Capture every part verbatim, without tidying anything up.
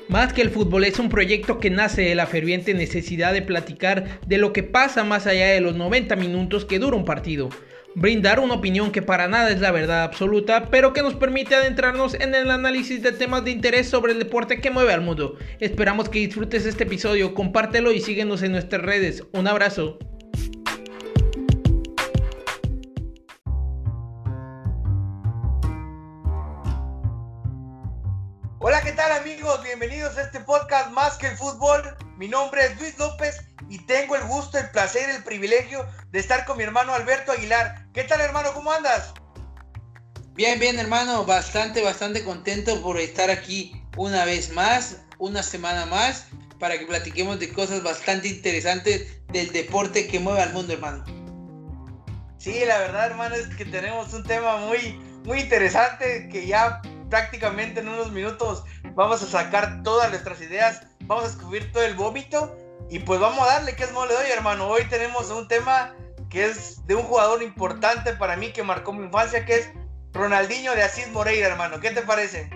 Más que el fútbol es un proyecto que nace de la ferviente necesidad de platicar de lo que pasa más allá de los noventa minutos que dura un partido. Brindar una opinión que para nada es la verdad absoluta, pero que nos permite adentrarnos en el análisis de temas de interés sobre el deporte que mueve al mundo. Esperamos que disfrutes este episodio, compártelo y síguenos en nuestras redes. Un abrazo. Hola, ¿qué tal amigos? Bienvenidos a este podcast Más que el Fútbol. Mi nombre es Luis López y tengo el gusto, el placer, el privilegio de estar con mi hermano Alberto Aguilar. ¿Qué tal, hermano? ¿Cómo andas? Bien, bien, hermano. Bastante, bastante contento por estar aquí una vez más, una semana más, para que platiquemos de cosas bastante interesantes del deporte que mueve al mundo, hermano. Sí, la verdad, hermano, es que tenemos un tema muy, muy interesante que ya prácticamente en unos minutos vamos a sacar todas nuestras ideas, vamos a descubrir todo el vómito y pues vamos a darle que es mole de hoy, hermano. Hoy tenemos un tema que es de un jugador importante para mí que marcó mi infancia, que es Ronaldinho de Assis Moreira, hermano. ¿Qué te parece?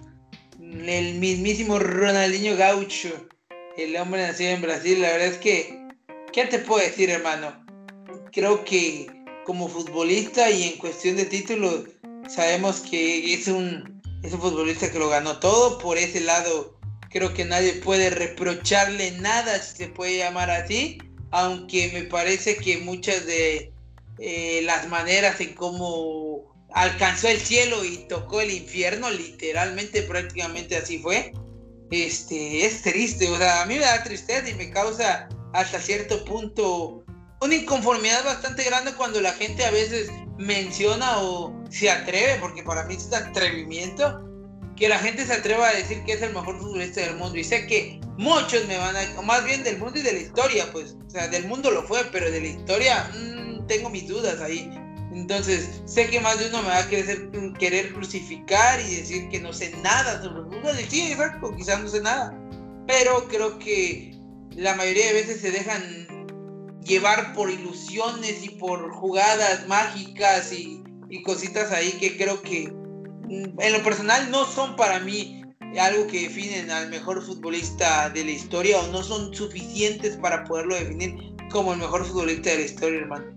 El mismísimo Ronaldinho Gaucho, el hombre nacido en Brasil. La verdad es que, ¿qué te puedo decir, hermano? Creo que como futbolista y en cuestión de títulos sabemos que es un Es un futbolista que lo ganó todo. Por ese lado creo que nadie puede reprocharle nada, si se puede llamar así, aunque me parece que muchas de eh, las maneras en cómo alcanzó el cielo y tocó el infierno, literalmente prácticamente así fue, este, es triste. O sea, a mí me da tristeza y me causa hasta cierto punto una inconformidad bastante grande cuando la gente a veces menciona o se atreve, porque para mí es un atrevimiento, que la gente se atreva a decir que es el mejor futbolista del mundo. Y sé que muchos me van a, más bien del mundo y de la historia, pues, o sea, del mundo lo fue, pero de la historia mmm, tengo mis dudas ahí. Entonces sé que más de uno me va a querer, querer crucificar y decir que no sé nada sobre el fútbol. Y sí, exacto, quizás no sé nada, pero creo que la mayoría de veces se dejan llevar por ilusiones y por jugadas mágicas y, y cositas ahí que creo que en lo personal no son para mí algo que definen al mejor futbolista de la historia, o no son suficientes para poderlo definir como el mejor futbolista de la historia, hermano.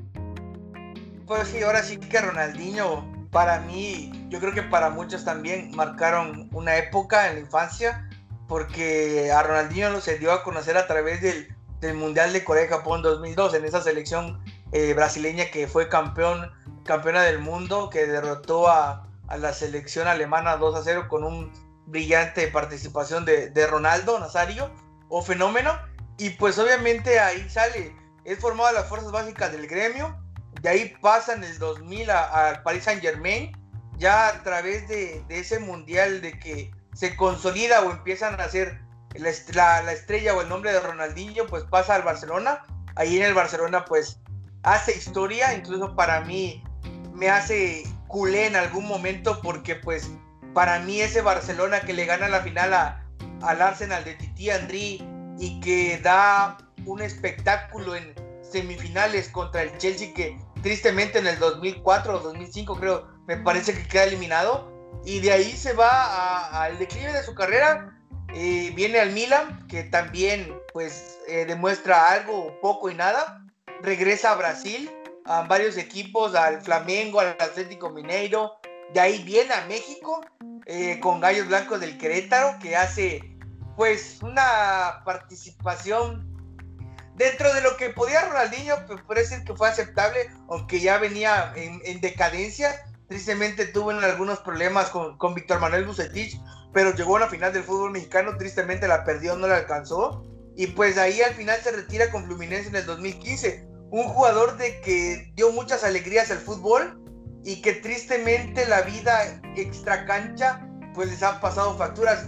Pues sí, ahora sí que Ronaldinho, para mí, yo creo que para muchos también marcaron una época en la infancia, porque a Ronaldinho se dio a conocer a través del del Mundial de Corea y Japón dos mil dos, en esa selección eh, brasileña que fue campeón, campeona del mundo, que derrotó a, a la selección alemana dos a cero con un brillante participación de, de Ronaldo Nazario, o fenómeno. Y pues obviamente ahí sale, es formado a las fuerzas básicas del gremio, de ahí pasa en el dos mil al Paris Saint Germain, ya a través de, de ese mundial de que se consolida o empiezan a hacer La, la, la estrella o el nombre de Ronaldinho, pues pasa al Barcelona. Ahí en el Barcelona pues hace historia, incluso para mí me hace culé en algún momento, porque pues para mí ese Barcelona que le gana la final a, al Arsenal de Titi Henry y que da un espectáculo en semifinales contra el Chelsea, que tristemente en el dos mil cuatro o dos mil cinco creo, me parece que queda eliminado, y de ahí se va al declive de su carrera. Eh, viene al Milan, que también pues eh, demuestra algo, poco y nada. Regresa a Brasil, a varios equipos, al Flamengo, al Atlético Mineiro. De ahí viene a México eh, con Gallos Blancos del Querétaro, que hace pues una participación dentro de lo que podía Ronaldinho, pues puede decir que fue aceptable, aunque ya venía en, en decadencia. Tristemente tuvo algunos problemas con, con Víctor Manuel Bucetich, pero llegó a la final del fútbol mexicano, tristemente la perdió, no la alcanzó, y pues ahí al final se retira con Fluminense en el dos mil quince, un jugador de que dio muchas alegrías al fútbol y que tristemente la vida extracancha pues les han pasado facturas,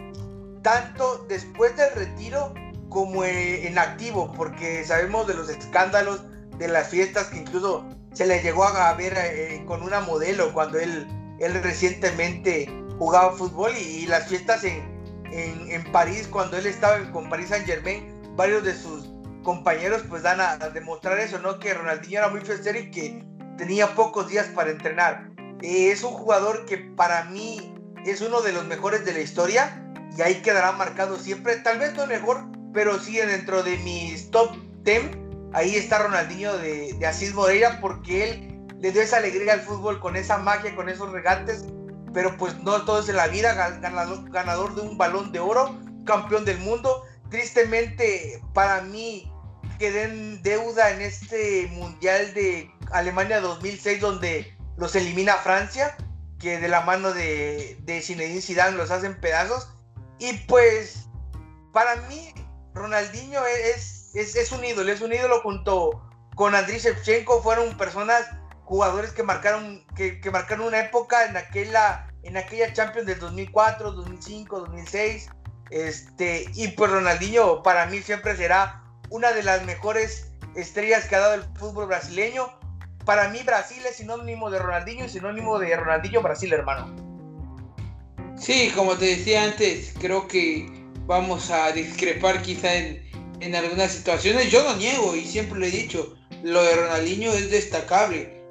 tanto después del retiro como en activo, porque sabemos de los escándalos, de las fiestas que incluso se le llegó a ver eh, con una modelo cuando él, él recientemente jugaba fútbol, y, y las fiestas en, en, en París cuando él estaba con Paris Saint Germain. Varios de sus compañeros pues dan a, a demostrar eso, ¿no? Que Ronaldinho era muy fiestero y que tenía pocos días para entrenar. Eh, es un jugador que para mí es uno de los mejores de la historia. y ahí quedará marcado siempre, tal vez no mejor, pero sí dentro de mis top diez, ahí está Ronaldinho de, de Asís Moreira, porque él le dio esa alegría al fútbol con esa magia, con esos regates, pero pues no todo es en la vida, ganador, ganador de un Balón de Oro, campeón del mundo. Tristemente para mí quedé en deuda en este Mundial de Alemania dos mil seis, donde los elimina Francia, que de la mano de, de Zinedine Zidane los hacen pedazos. Y pues para mí Ronaldinho es, es, es un ídolo, es un ídolo junto con Andriy Shevchenko. Fueron personas, jugadores que marcaron, que, que marcaron una época en aquella, en aquella Champions del dos mil cuatro, dos mil cinco, dos mil seis. Este, y pues Ronaldinho para mí siempre será una de las mejores estrellas que ha dado el fútbol brasileño. Para mí Brasil es sinónimo de Ronaldinho y sinónimo de Ronaldinho Brasil, hermano. Sí, como te decía antes, creo que vamos a discrepar quizá en, en algunas situaciones. Yo no niego, y siempre lo he dicho, lo de Ronaldinho es destacable,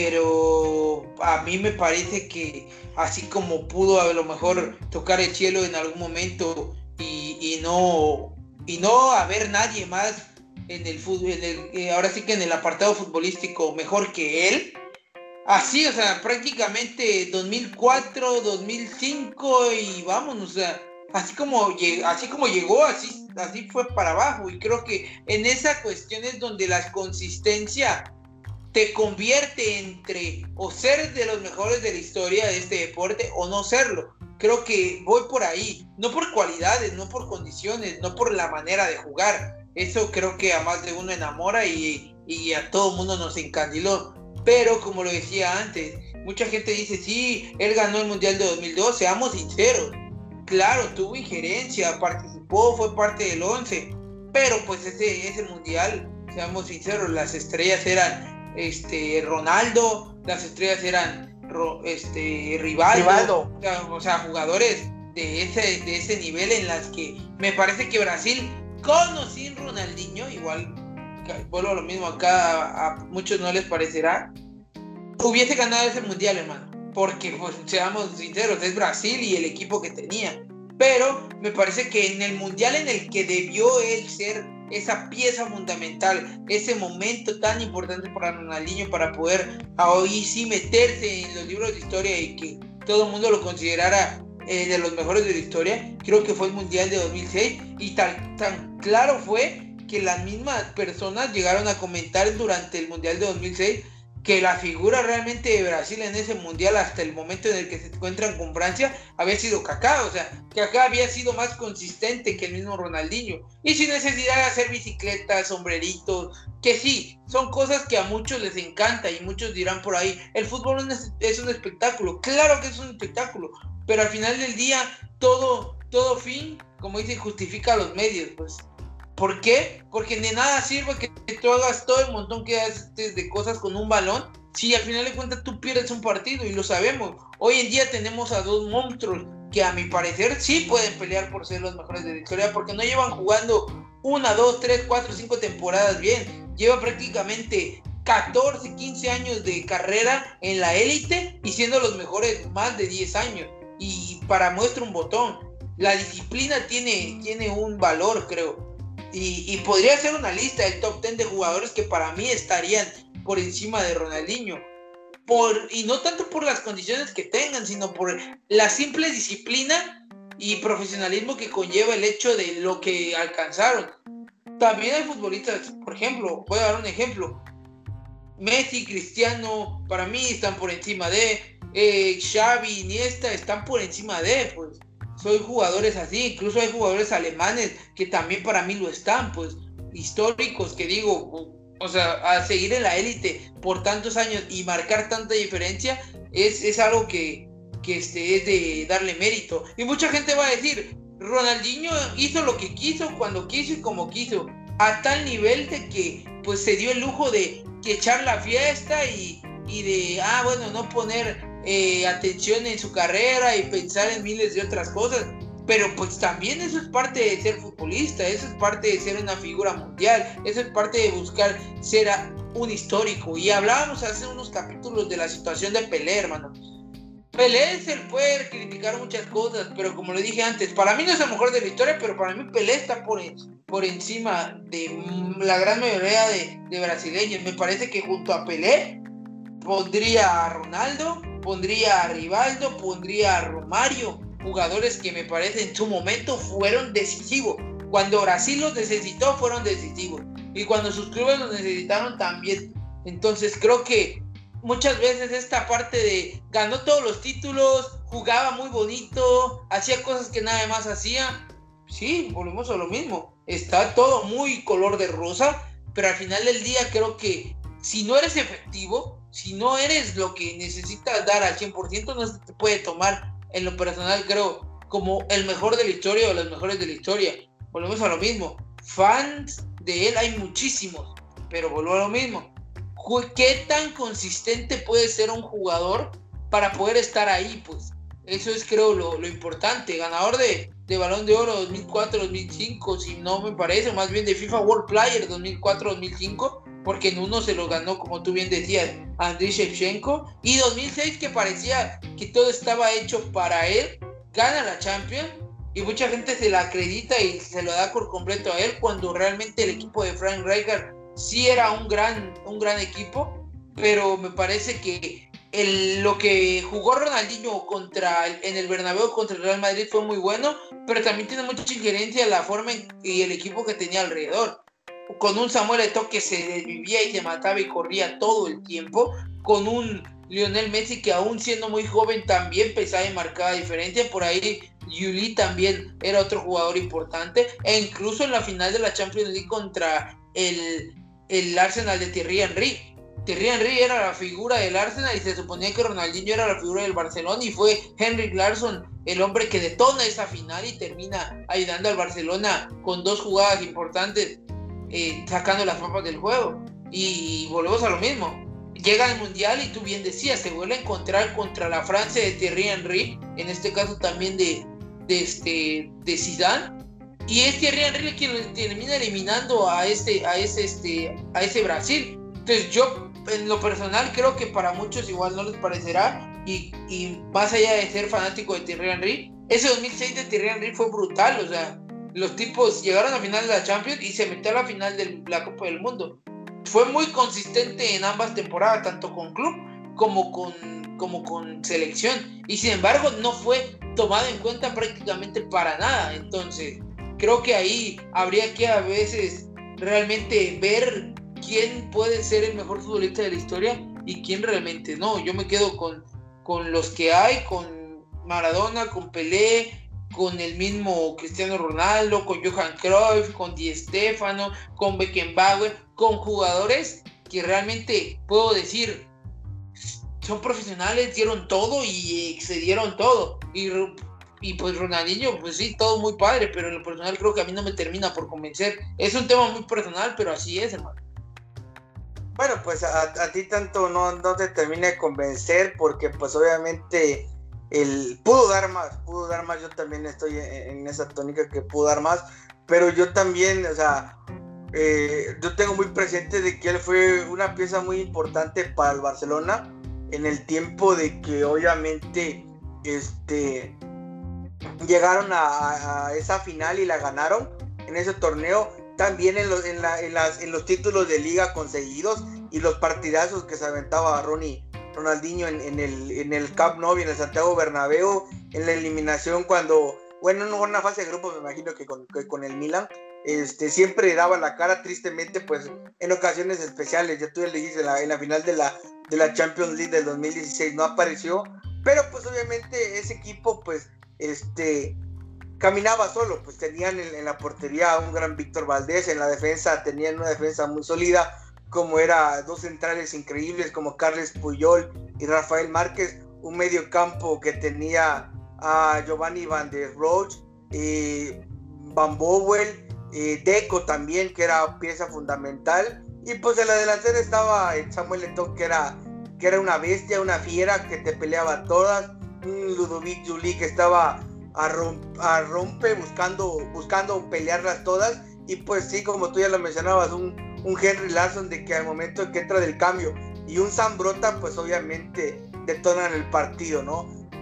pero a mí me parece que así como pudo a lo mejor tocar el cielo en algún momento y, y no y no haber nadie más en el fútbol, en el, eh, ahora sí que en el apartado futbolístico mejor que él, así, o sea, prácticamente dos mil cuatro, dos mil cinco y vámonos, o sea, así como, así como llegó, así, así fue para abajo. Y creo que en esa cuestión es donde la consistencia te convierte entre o ser de los mejores de la historia de este deporte o no serlo. Creo que voy por ahí, no por cualidades, no por condiciones, no por la manera de jugar. Eso creo que a más de uno enamora y, y a todo el mundo nos encandiló. Pero como lo decía antes, mucha gente dice, sí, él ganó el Mundial de dos mil dos, seamos sinceros. Claro, tuvo injerencia, participó, fue parte del once, pero pues ese, ese Mundial, seamos sinceros, las estrellas eran este Ronaldo, las estrellas eran este Rivaldo, Rivaldo. O, sea, o sea, jugadores de ese, de ese nivel en las que me parece que Brasil, con o sin Ronaldinho, igual vuelvo a lo mismo acá, a, a muchos no les parecerá, hubiese ganado ese Mundial, hermano, porque pues seamos sinceros, es Brasil y el equipo que tenía. Pero me parece que en el Mundial en el que debió él ser esa pieza fundamental, ese momento tan importante para Ronaldinho para poder hoy sí meterse en los libros de historia y que todo el mundo lo considerara eh, de los mejores de la historia, creo que fue el Mundial de dos mil seis. Y tan, tan claro fue que las mismas personas llegaron a comentar durante el Mundial de dos mil seis que la figura realmente de Brasil en ese Mundial hasta el momento en el que se encuentran con Francia había sido Kaká. O sea, Kaká había sido más consistente que el mismo Ronaldinho y sin necesidad de hacer bicicletas, sombreritos, que sí, son cosas que a muchos les encanta y muchos dirán por ahí, el fútbol es un espectáculo. Claro que es un espectáculo, pero al final del día todo, todo fin, como dicen, justifica los medios, pues. ¿Por qué? Porque de nada sirve que tú hagas todo el montón que haces de cosas con un balón si al final de cuentas tú pierdes un partido, y lo sabemos. Hoy en día tenemos a dos monstruos que a mi parecer sí pueden pelear por ser los mejores de la historia, porque no llevan jugando una, dos, tres, cuatro, cinco temporadas bien. Lleva prácticamente catorce, quince años de carrera en la élite y siendo los mejores más de diez años. Y para muestra un botón, la disciplina tiene, tiene un valor, creo. Y, y podría ser una lista del top diez de jugadores que para mí estarían por encima de Ronaldinho. Por, y no tanto por las condiciones que tengan, sino por la simple disciplina y profesionalismo que conlleva el hecho de lo que alcanzaron. También hay futbolistas, por ejemplo, voy a dar un ejemplo. Messi, Cristiano, para mí están por encima de eh, Xavi, Iniesta, están por encima de, pues. Soy jugadores así, incluso hay jugadores alemanes que también para mí lo están, pues, históricos, que digo, o sea, a seguir en la élite por tantos años y marcar tanta diferencia es, es algo que, que este, es de darle mérito. Y mucha gente va a decir, Ronaldinho hizo lo que quiso, cuando quiso y como quiso, a tal nivel de que pues se dio el lujo de que echar la fiesta y, y de, ah, bueno, no poner eh, atención en su carrera y pensar en miles de otras cosas. Pero pues también eso es parte de ser futbolista, eso es parte de ser una figura mundial, eso es parte de buscar ser un histórico. Y hablábamos hace unos capítulos de la situación de Pelé, hermano. Pelé se le puede criticar muchas cosas, pero como le dije antes, para mí no es el mejor de la historia, pero para mí Pelé está por, por encima de la gran mayoría de, de brasileños. Me parece que junto a Pelé pondría a Ronaldo, pondría a Rivaldo, pondría a Romario, jugadores que me parece en su momento fueron decisivos. Cuando Brasil los necesitó, fueron decisivos. Y cuando sus clubes los necesitaron, también. Entonces creo que muchas veces esta parte de ganó todos los títulos, jugaba muy bonito, hacía cosas que nadie más hacía. Sí, volvemos a lo mismo. Está todo muy color de rosa, pero al final del día creo que si no eres efectivo, si no eres lo que necesitas dar al cien por ciento, no se te puede tomar en lo personal, creo, como el mejor de la historia o los mejores de la historia. Volvemos a lo mismo. Fans de él hay muchísimos, pero vuelvo a lo mismo. ¿Qué tan consistente puede ser un jugador para poder estar ahí? Pues eso es, creo, lo, lo importante. Ganador de, de Balón de Oro dos mil cuatro dos mil cinco, si no me parece, más bien de FIFA World Player dos mil cuatro dos mil cinco, porque en uno se lo ganó, como tú bien decías, Andriy Shevchenko, y dos mil seis, que parecía que todo estaba hecho para él, gana la Champions, y mucha gente se la acredita y se lo da por completo a él, cuando realmente el equipo de Frank Rijkaard sí era un gran, un gran equipo, pero me parece que el, lo que jugó Ronaldinho contra el, en el Bernabéu contra el Real Madrid fue muy bueno, pero también tiene mucha injerencia la forma en, y el equipo que tenía alrededor. Con un Samuel Eto'o que se desvivía y se mataba y corría todo el tiempo, con un Lionel Messi que aún siendo muy joven también pesaba y marcaba diferencia. Por ahí Yuli también era otro jugador importante, e incluso en la final de la Champions League contra el, el Arsenal de Thierry Henry. Thierry Henry era la figura del Arsenal y se suponía que Ronaldinho era la figura del Barcelona, y fue Henrik Larsson el hombre que detona esa final y termina ayudando al Barcelona con dos jugadas importantes, eh, sacando las papas del juego. Y volvemos a lo mismo. Llega al Mundial y tú bien decías, se vuelve a encontrar contra la Francia de Thierry Henry, en este caso también de, de, este, de Zidane, y es Thierry Henry quien termina eliminando a ese, a ese, este, a ese Brasil. Entonces yo, en lo personal, creo que para muchos igual no les parecerá, y, y más allá de ser fanático de Thierry Henry, ese dos mil seis de Thierry Henry fue brutal. O sea, los tipos llegaron a la final de la Champions y se metió a la final de la Copa del Mundo. Fue muy consistente en ambas temporadas, tanto con club como con, como con selección, y sin embargo no fue tomado en cuenta prácticamente para nada. Entonces creo que ahí habría que a veces realmente ver quién puede ser el mejor futbolista de la historia y quién realmente no. Yo me quedo con, con los que hay, con Maradona, con Pelé, con el mismo Cristiano Ronaldo, con Johan Cruyff, con Di Stéfano, con Beckenbauer, con jugadores que realmente puedo decir son profesionales, dieron todo y excedieron todo. Y, y pues Ronaldinho, pues sí, todo muy padre, pero en lo personal creo que a mí no me termina por convencer. Es un tema muy personal, pero así es, hermano. Bueno, pues a, a ti tanto no, no te termina de convencer, porque pues obviamente el pudo dar más, pudo dar más. Yo también estoy en, en esa tónica que pudo dar más, pero yo también, o sea, eh, yo tengo muy presente de que él fue una pieza muy importante para el Barcelona en el tiempo de que obviamente este, llegaron a, a esa final y la ganaron en ese torneo. También en los, en, la, en, las, en los títulos de liga conseguidos y los partidazos que se aventaba Ronnie Ronaldinho en, en, el, en el Camp Nou y en el Santiago Bernabéu, en la eliminación cuando, bueno, no en una fase de grupos, me imagino que con, que con el Milan, este, siempre daba la cara, tristemente, pues en ocasiones especiales. Ya tú ya le dijiste, en la, en la final de la, de la Champions League del dos mil dieciséis no apareció, pero pues obviamente ese equipo, pues, este... caminaba solo. Pues tenían en, en la portería a un gran Víctor Valdés, en la defensa tenían una defensa muy sólida, como era dos centrales increíbles como Carles Puyol y Rafael Márquez, un medio campo que tenía a Giovanni Van der Rohe, eh, Van Bommel, eh, Deco también, que era pieza fundamental, y pues en la delantera estaba Samuel Eto'o, que era, que era una bestia, una fiera que te peleaba todas, un Ludovic Giuli que estaba A, romp, a rompe buscando, buscando pelearlas todas, y pues sí, como tú ya lo mencionabas, un, un Henrik Larsson de que al momento que entra del cambio, y un Zambrotta, pues obviamente detonan el partido, ¿no?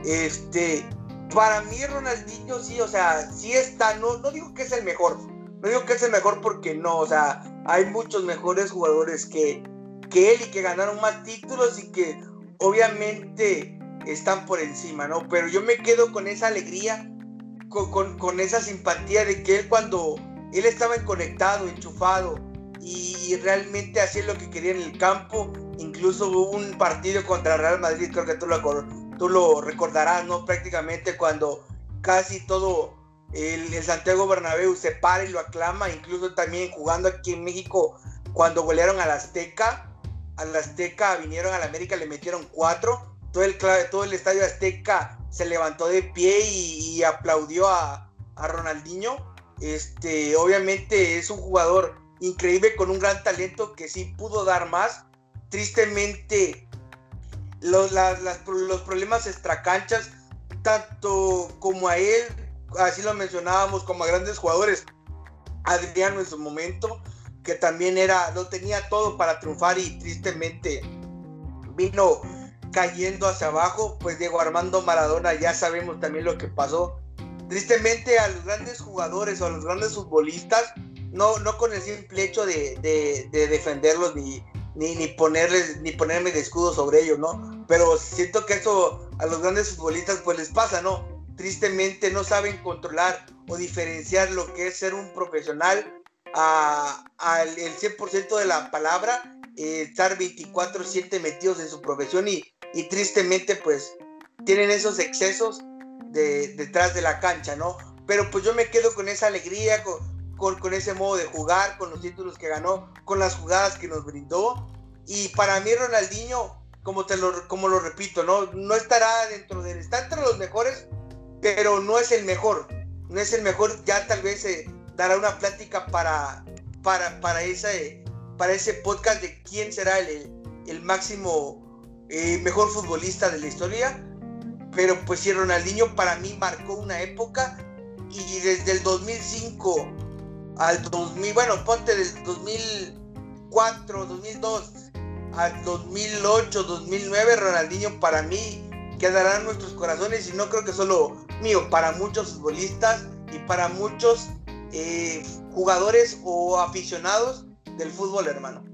Este, para mí Ronaldinho sí, o sea, sí está, no, no digo que es el mejor, no digo que es el mejor porque no, o sea, hay muchos mejores jugadores que, que él y que ganaron más títulos y que obviamente están por encima, ¿no? Pero yo me quedo con esa alegría, con, con, con esa simpatía de que él cuando él estaba conectado, enchufado y, y realmente hacía lo que quería en el campo. Incluso hubo un partido contra Real Madrid, creo que tú lo, tú lo recordarás, ¿no? Prácticamente cuando casi todo el, el Santiago Bernabéu se para y lo aclama, incluso también jugando aquí en México cuando golearon al Azteca, al Azteca vinieron al América, le metieron cuatro, todo el, todo el estadio Azteca se levantó de pie y, y aplaudió a, a Ronaldinho. Este, obviamente es un jugador increíble con un gran talento que sí pudo dar más. Tristemente los, las, las, los problemas extracanchas, tanto como a él, así lo mencionábamos, como a grandes jugadores, Adriano en su momento, que también era, lo tenía todo para triunfar y tristemente vino cayendo hacia abajo. Pues Diego Armando Maradona, ya sabemos también lo que pasó. Tristemente a los grandes jugadores o a los grandes futbolistas, no, no con el simple hecho de, de, de defenderlos ni, ni, ni, ponerles, ni ponerme de escudo sobre ellos, ¿no? Pero siento que eso a los grandes futbolistas pues les pasa, ¿no? Tristemente no saben controlar o diferenciar lo que es ser un profesional al cien por ciento de la palabra, eh, estar veinticuatro siete metidos en su profesión y, y tristemente pues tienen esos excesos de, detrás de la cancha, ¿no? Pero pues yo me quedo con esa alegría, con, con, con ese modo de jugar, con los títulos que ganó, con las jugadas que nos brindó. Y para mí Ronaldinho, como, te lo, como lo repito, ¿no? No estará dentro de, está entre los mejores, pero no es el mejor, no es el mejor. Ya tal vez eh, dará una plática para, para, para, ese, para ese podcast de quién será el, el máximo eh, mejor futbolista de la historia. Pero pues sí, Ronaldinho para mí marcó una época, y desde el dos mil cinco al dos mil, bueno, ponte del dos mil cuatro, dos mil dos al dos mil ocho, dos mil nueve, Ronaldinho para mí quedará en nuestros corazones, y no creo que solo mío, para muchos futbolistas y para muchos eh, jugadores o aficionados del fútbol, hermano.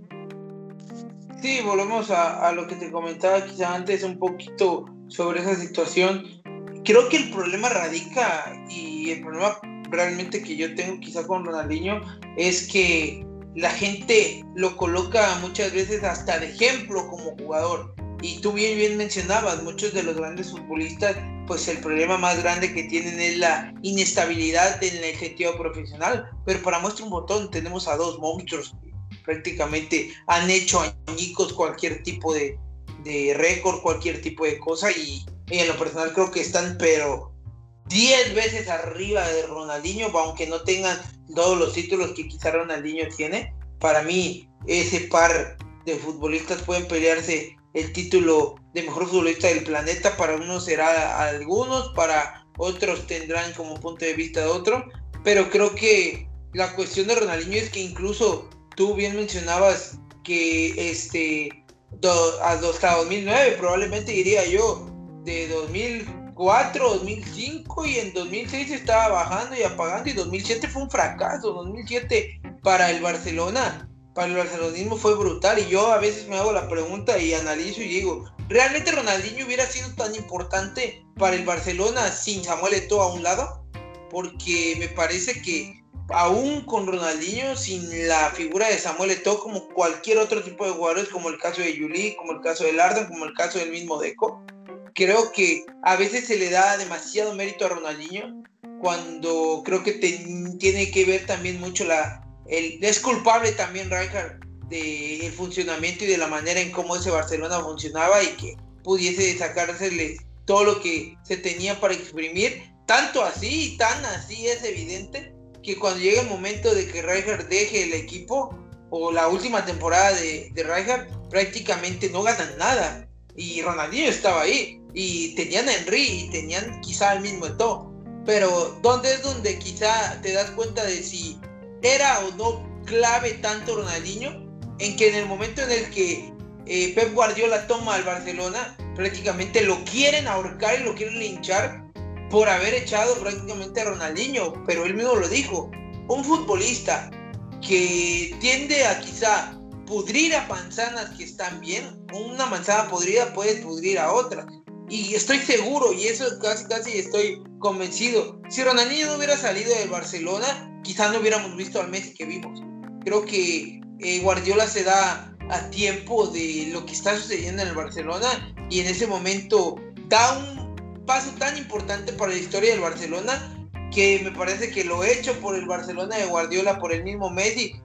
Sí, volvemos a, a lo que te comentaba quizá antes un poquito sobre esa situación. Creo que el problema radica, y el problema realmente que yo tengo quizá con Ronaldinho, es que la gente lo coloca muchas veces hasta de ejemplo como jugador. Y tú bien bien mencionabas, muchos de los grandes futbolistas, pues el problema más grande que tienen es la inestabilidad en el sentido profesional. Pero para muestra un botón tenemos a dos monstruos que prácticamente han hecho añicos cualquier tipo de, de récord, cualquier tipo de cosa, y, y en lo personal creo que están pero diez veces arriba de Ronaldinho, aunque no tengan todos los títulos que quizá Ronaldinho tiene. Para mí ese par de futbolistas pueden pelearse el título de mejor futbolista del planeta. Para unos será algunos, para otros tendrán como punto de vista de otro, pero creo que la cuestión de Ronaldinho es que incluso tú bien mencionabas que este do, hasta dos mil nueve, probablemente diría yo, de dos mil cuatro, dos mil cinco, y en dos mil seis estaba bajando y apagando, y dos mil siete fue un fracaso. Dos mil siete para el Barcelona, para el barcelonismo fue brutal, y yo a veces me hago la pregunta y analizo y digo, ¿realmente Ronaldinho hubiera sido tan importante para el Barcelona sin Samuel Eto'o a un lado? Porque me parece que aún con Ronaldinho, sin la figura de Samuel Eto'o, como cualquier otro tipo de jugadores, como el caso de Juli, como el caso de Larda, como el caso del mismo Deco, creo que a veces se le da demasiado mérito a Ronaldinho, cuando creo que te, tiene que ver también mucho la... El, es culpable también Rijkaard del funcionamiento y de la manera en cómo ese Barcelona funcionaba, y que pudiese sacársele todo lo que se tenía para exprimir. Tanto así y tan así es evidente que cuando llega el momento de que Rijkaard deje el equipo, o la última temporada de, de Rijkaard, prácticamente no ganan nada, y Ronaldinho estaba ahí, y tenían a Henry, y tenían quizá el mismo Eto'o, pero ¿dónde es donde quizá te das cuenta de si era o no clave tanto Ronaldinho? En que en el momento en el que eh, Pep Guardiola toma al Barcelona, prácticamente lo quieren ahorcar y lo quieren linchar por haber echado prácticamente a Ronaldinho, pero él mismo lo dijo, un futbolista que tiende a quizá pudrir a manzanas que están bien, una manzana podrida puede pudrir a otra, y estoy seguro, y eso casi casi estoy convencido, si Ronaldinho no hubiera salido del Barcelona, quizá no hubiéramos visto al Messi que vimos. Creo que eh, Guardiola se da a tiempo de lo que está sucediendo en el Barcelona, y en ese momento da un paso tan importante para la historia del Barcelona, que me parece que lo hecho por el Barcelona de Guardiola, por el mismo Messi,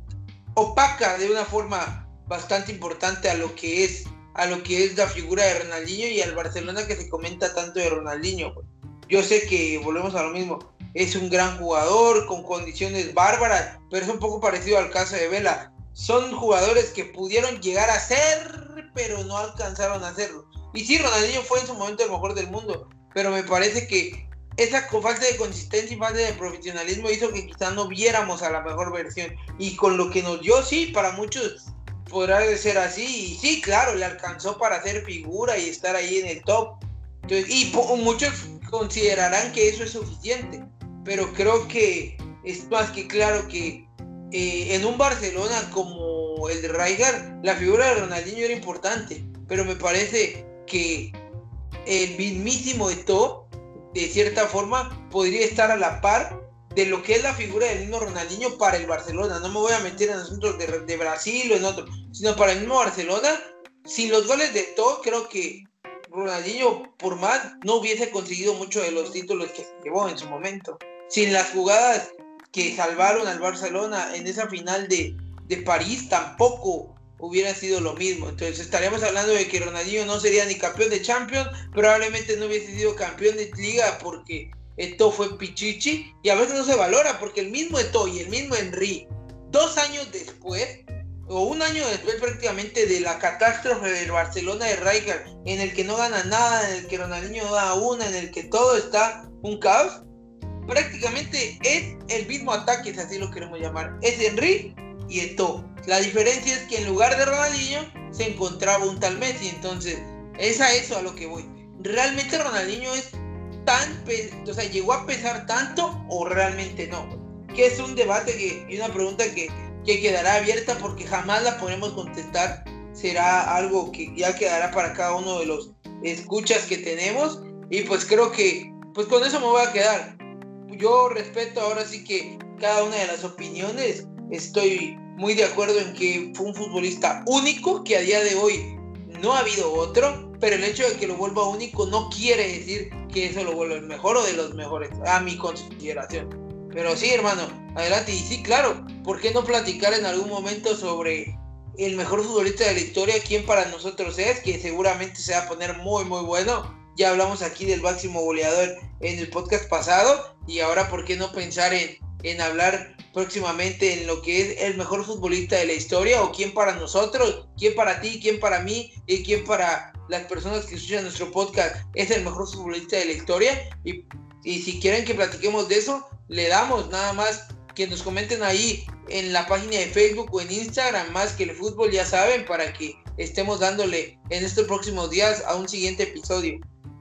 opaca de una forma bastante importante a lo que es a lo que es la figura de Ronaldinho y al Barcelona que se comenta tanto de Ronaldinho. Yo sé que volvemos a lo mismo, es un gran jugador con condiciones bárbaras, pero es un poco parecido al caso de Vela. Son jugadores que pudieron llegar a ser, pero no alcanzaron a hacerlo. Y sí, Ronaldinho fue en su momento el mejor del mundo, pero me parece que esa falta de consistencia y falta de profesionalismo hizo que quizás no viéramos a la mejor versión. Y con lo que nos dio, sí, para muchos podrá ser así. Y sí, claro, le alcanzó para hacer figura y estar ahí en el top. Entonces, y po- muchos considerarán que eso es suficiente. Pero creo que es más que claro que eh, en un Barcelona como el de Rijkaard, la figura de Ronaldinho era importante. Pero me parece que el mismísimo Eto'o, de cierta forma, podría estar a la par de lo que es la figura del mismo Ronaldinho para el Barcelona. No me voy a meter en asuntos de, de Brasil o en otro, sino para el mismo Barcelona. Sin los goles de Eto'o, creo que Ronaldinho, por más, no hubiese conseguido mucho de los títulos que se llevó en su momento. Sin las jugadas que salvaron al Barcelona en esa final de, de París, tampoco hubiera sido lo mismo. Entonces estaríamos hablando de que Ronaldinho no sería ni campeón de Champions, probablemente no hubiese sido campeón de Liga porque Eto'o fue pichichi, y a veces no se valora porque el mismo Eto'o y el mismo Henry, dos años después o un año después prácticamente de la catástrofe del Barcelona de Rijkaard, en el que no gana nada, en el que Ronaldinho no da una, en el que todo está un caos, prácticamente es el mismo ataque, si así lo queremos llamar, es Henry y Eto'o. La diferencia es que en lugar de Ronaldinho se encontraba un tal Messi. Entonces es a eso a lo que voy. ¿Realmente Ronaldinho es tan, o sea, llegó a pesar tanto o realmente no? Que es un debate que, y una pregunta que, que quedará abierta porque jamás la podremos contestar. Será algo que ya quedará para cada uno de los escuchas que tenemos, y pues creo que pues con eso me voy a quedar. Yo respeto ahora sí que cada una de las opiniones. Estoy muy de acuerdo en que fue un futbolista único, que a día de hoy no ha habido otro, pero el hecho de que lo vuelva único no quiere decir que eso lo vuelva el mejor o de los mejores, a mi consideración. Pero sí, hermano, adelante. Y sí, claro, ¿por qué no platicar en algún momento sobre el mejor futbolista de la historia, quién para nosotros es, que seguramente se va a poner muy muy bueno? Ya hablamos aquí del máximo goleador en el podcast pasado, y ahora ¿por qué no pensar en, en hablar próximamente en lo que es el mejor futbolista de la historia, o quién para nosotros, quién para ti, quién para mí y quién para las personas que escuchan nuestro podcast es el mejor futbolista de la historia? Y, y si quieren que platiquemos de eso, le damos. Nada más que nos comenten ahí en la página de Facebook o en Instagram, Más que el Fútbol, ya saben, para que estemos dándole en estos próximos días a un siguiente episodio.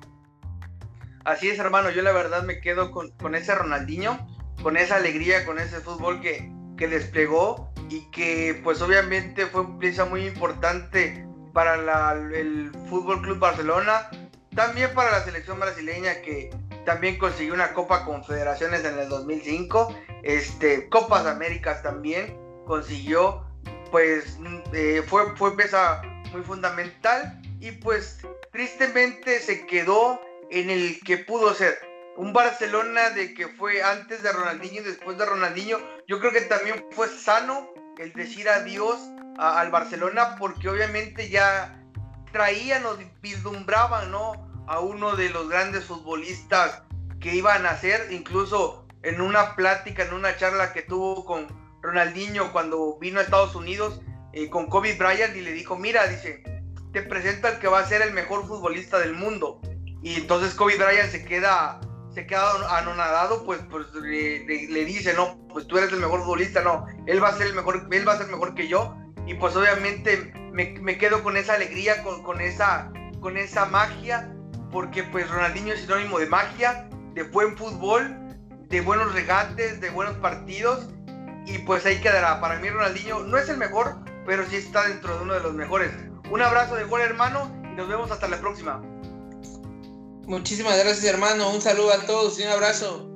Así es, hermano, yo la verdad me quedo con, con ese Ronaldinho, con esa alegría, con ese fútbol que, que desplegó, y que pues obviamente fue pieza muy importante para la, el Fútbol Club Barcelona, también para la selección brasileña, que también consiguió una Copa Confederaciones en el dos mil cinco, este, Copas Américas también consiguió, pues eh, fue, fue pieza muy fundamental, y pues tristemente se quedó en el que pudo ser un Barcelona de que fue antes de Ronaldinho y después de Ronaldinho. Yo creo que también fue sano el decir adiós a, al Barcelona, porque obviamente ya traían o vislumbraban, ¿no?, a uno de los grandes futbolistas que iban a ser. Incluso en una plática, en una charla que tuvo con Ronaldinho cuando vino a Estados Unidos, eh, con Kobe Bryant, y le dijo, mira, dice, te presento al que va a ser el mejor futbolista del mundo. Y entonces Kobe Bryant se queda, se queda anonadado, pues, pues le, le, le dice, no, pues tú eres el mejor futbolista, no, él va a ser el mejor, él va a ser mejor que yo. Y pues obviamente me, me quedo con esa alegría, con, con esa con esa magia, porque pues Ronaldinho es sinónimo de magia, de buen fútbol, de buenos regates, de buenos partidos, y pues ahí quedará. Para mí Ronaldinho no es el mejor, pero sí está dentro de uno de los mejores. Un abrazo de gol, hermano, y nos vemos hasta la próxima. Muchísimas gracias, hermano. Un saludo a todos y un abrazo.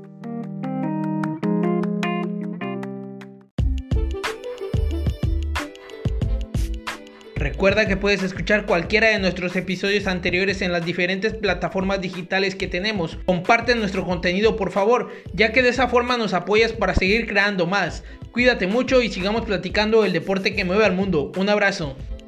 Recuerda que puedes escuchar cualquiera de nuestros episodios anteriores en las diferentes plataformas digitales que tenemos. Comparte nuestro contenido, por favor, ya que de esa forma nos apoyas para seguir creando más. Cuídate mucho y sigamos platicando el deporte que mueve al mundo. Un abrazo.